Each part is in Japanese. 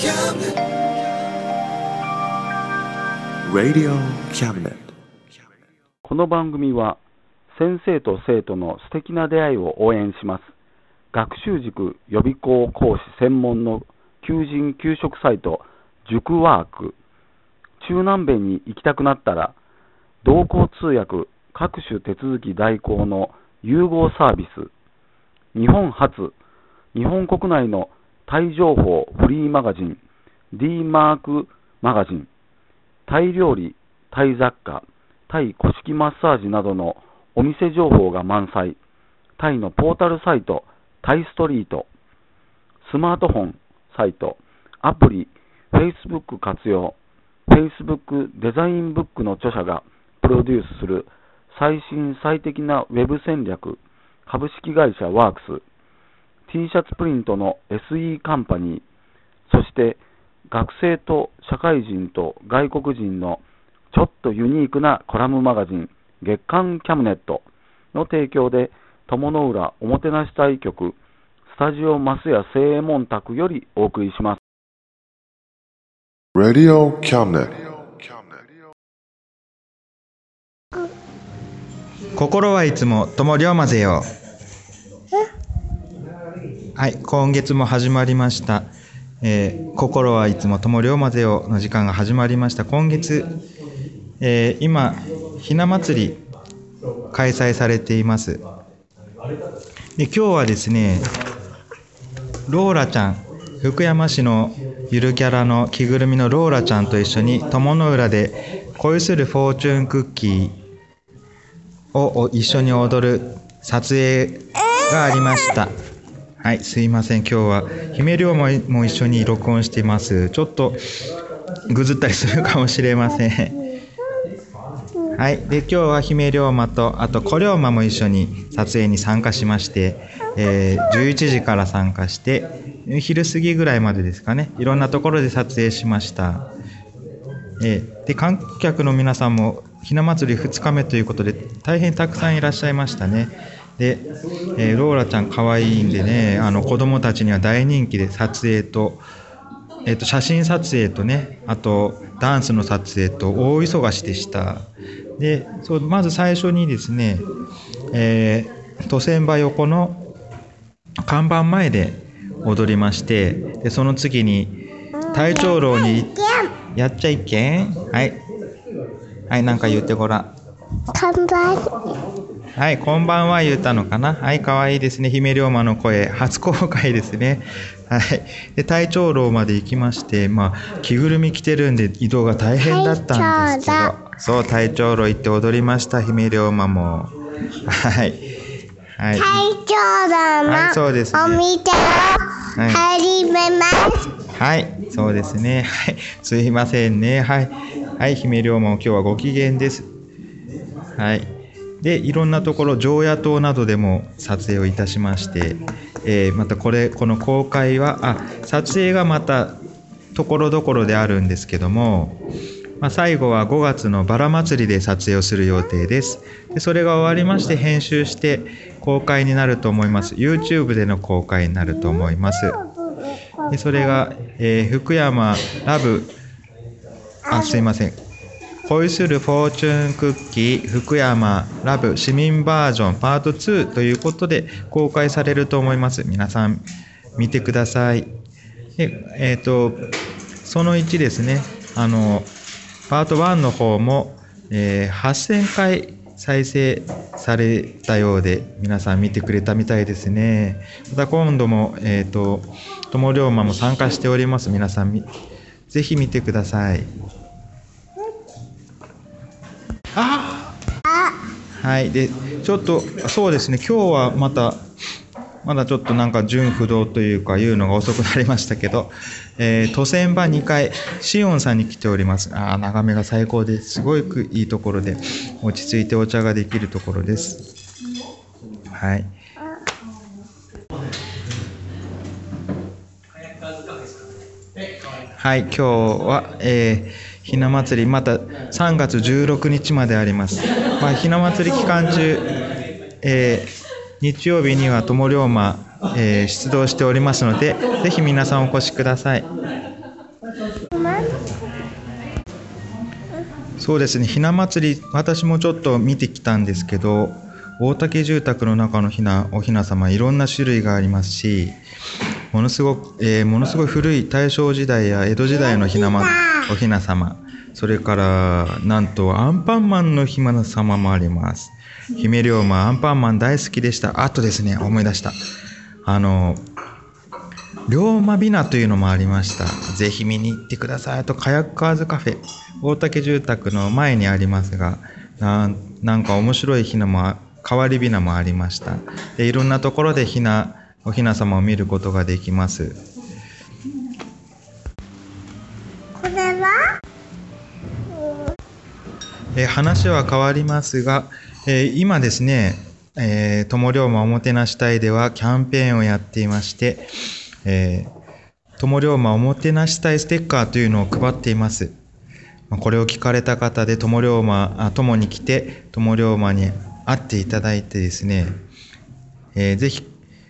Radio Cabinet。 この番組は先生と生徒の素敵な出会いを応援します。学習塾予備校講師専門の求人・求職サイト塾ワーク。中南米に行きたくなったら同行通訳各種手続き代行の融合サービス。日本初、日本国内のタイ情報フリーマガジン D マークマガジン。タイ料理、タイ雑貨、タイ古式マッサージなどのお店情報が満載。タイのポータルサイト、タイストリート。スマートフォン、サイト、アプリ、Facebook 活用。Facebook デザインブックの著者がプロデュースする最新最適なウェブ戦略。株式会社ワークス。T シャツプリントの SE カンパニー。そして学生と社会人と外国人のちょっとユニークなコラムマガジン月刊キャムネットの提供で友の浦おもてなし隊局スタジオ増屋正右衛門宅よりお送りします。 Radio Cabinet。 心はいつも友龍馬ぜよ。はい、今月も始まりました、心はいつも友龍馬ぜよの時間が始まりました。今月、今ひな祭り開催されています。で、今日はですね、ローラちゃん、福山市のゆるキャラの着ぐるみのローラちゃんと一緒に友の浦で恋するフォーチュンクッキーを一緒に踊る撮影がありました。はい、すいません。今日は姫龍馬も一緒に録音しています。ちょっとぐずったりするかもしれません。はい、で今日は姫龍馬とあと小龍馬も一緒に撮影に参加しまして、11時から参加して昼過ぎぐらいまでですかね、いろんなところで撮影しました。で観客の皆さんもひな祭り2日目ということで大変たくさんいらっしゃいましたね。で、ローラちゃん可愛いんでね、子供たちには大人気で撮影と、写真撮影とね、あとダンスの撮影と大忙しでした。で、まず最初にですね、渡船場横の看板前で踊りまして、でその次に隊長楼にやっちゃいけん。はいはい、なんか言ってごらん。 こんばんはい、こんばんは言ったのかな。はい、かわいいですね。姫龍馬の声初公開ですね。はい、で隊長楼まで行きまして、着ぐるみ着てるんで移動が大変だったんですけど、そう隊長楼行って踊りました。姫龍馬もはいはい、 隊長だな、 はい、そうですね、 お店を始めます。 はい、そうですね。はい、すいませんね。はい、はい、姫龍馬も今日はご機嫌です。はい、でいろんなところ常夜灯などでも撮影をいたしまして、またこの公開は撮影がまたところどころであるんですけども、最後は5月のバラ祭りで撮影をする予定です。でそれが終わりまして編集して公開になると思います。 YouTube での公開になると思います。でそれが、福山ラブすいません恋するフォーチュンクッキー福山ラブ市民バージョンパート2ということで公開されると思います。皆さん見てください。で、その1ですね、パート1の方も、8000回再生されたようで皆さん見てくれたみたいですね。また今度も、友龍馬も参加しております。皆さんぜひ見てください。はい、でちょっとそうですね、今日はまだちょっとなんか順不動というかいうのが遅くなりましたけど、渡船場2階シオンさんに来ております。眺めが最高ですごいいいところで落ち着いてお茶ができるところです。はい、はい、今日は、ひな祭りまた3月16日まであります。ひな祭り期間中、日曜日には友龍馬、出動しておりますので、ぜひ皆さんお越しください。 そうですね、ひな祭り、私もちょっと見てきたんですけど、大竹住宅の中のおひな様、いろんな種類がありますし、ものすごい古い大正時代や江戸時代のおひな様、それからなんとアンパンマンのひな様もあります。姫龍馬、アンパンマン大好きでした。あとですね、思い出した。龍馬びなというのもありました。ぜひ見に行ってください。あとカヤッカーズカフェ、大竹住宅の前にありますが、なんか面白い変わりびなもありました。で、いろんなところでおひな様を見ることができます。 これは、 話は変わりますが、今ですね、友龍馬おもてなし隊ではキャンペーンをやっていまして、友龍馬おもてなし隊ステッカーというのを配っています。これを聞かれた方で友に来て友龍馬に会っていただいてですね、ぜひ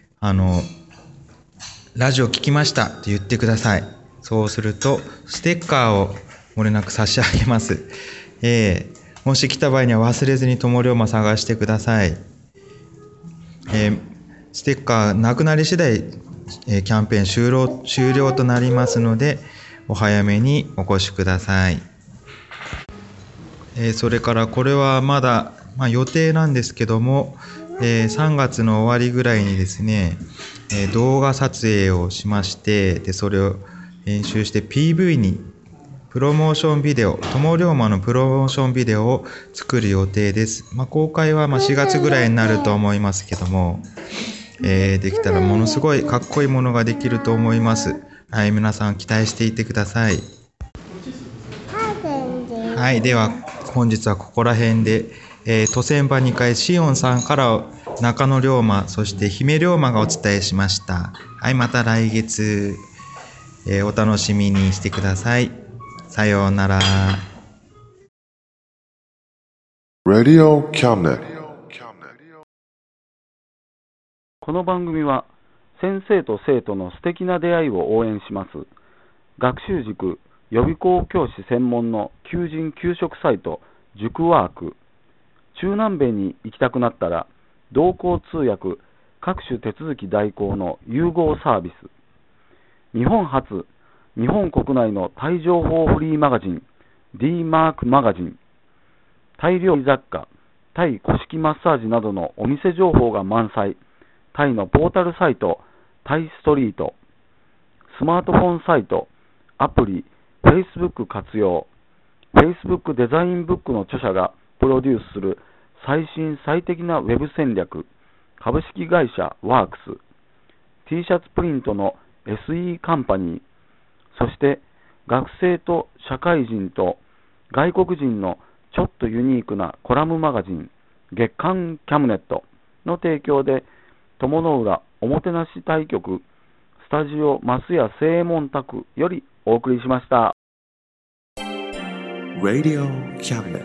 ラジオ聞きましたと言ってください。そうするとステッカーを漏れなく差し上げます。もし来た場合には忘れずに友龍馬探してください。ステッカーなくなり次第キャンペーン終了となりますので、お早めにお越しください。それからこれはまだ、予定なんですけども、3月の終わりぐらいにですね、動画撮影をしまして、でそれを編集して PV にプロモーションビデオ、友龍馬のプロモーションビデオを作る予定です。公開は4月ぐらいになると思いますけども、できたらものすごいかっこいいものができると思います。はい、皆さん期待していてください。はい、では本日はここら辺で、都船場2階シオンさんから中野龍馬、そして姫龍馬がお伝えしました。はい、また来月、お楽しみにしてください。さようなら。 Radio Cabinet。 この番組は先生と生徒の素敵な出会いを応援します学習塾予備校教師専門の求人・求職サイト塾ワーク。中南米に行きたくなったら同行通訳各種手続き代行の融合サービス。日本初、日本国内のタイ情報フリーマガジン D マークマガジン。タイ料理雑貨、タイ古式マッサージなどのお店情報が満載。タイのポータルサイト、タイストリート、スマートフォンサイト、アプリ、Facebook 活用、Facebook デザインブックの著者がプロデュースする最新最適なウェブ戦略、株式会社ワークス、T シャツプリントの SE カンパニー、そして学生と社会人と外国人のちょっとユニークなコラムマガジン、月刊キャムネットの提供で、友の浦おもてなし対局スタジオ増屋正右衛門宅よりお送りしました。 Radio Cabinet。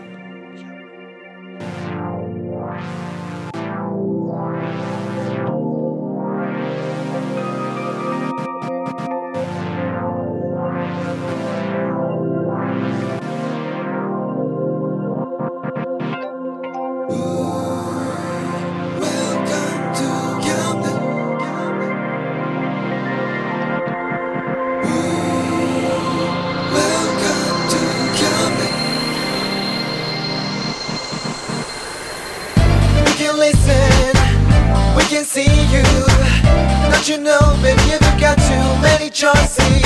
You know, baby, you've got too many choices.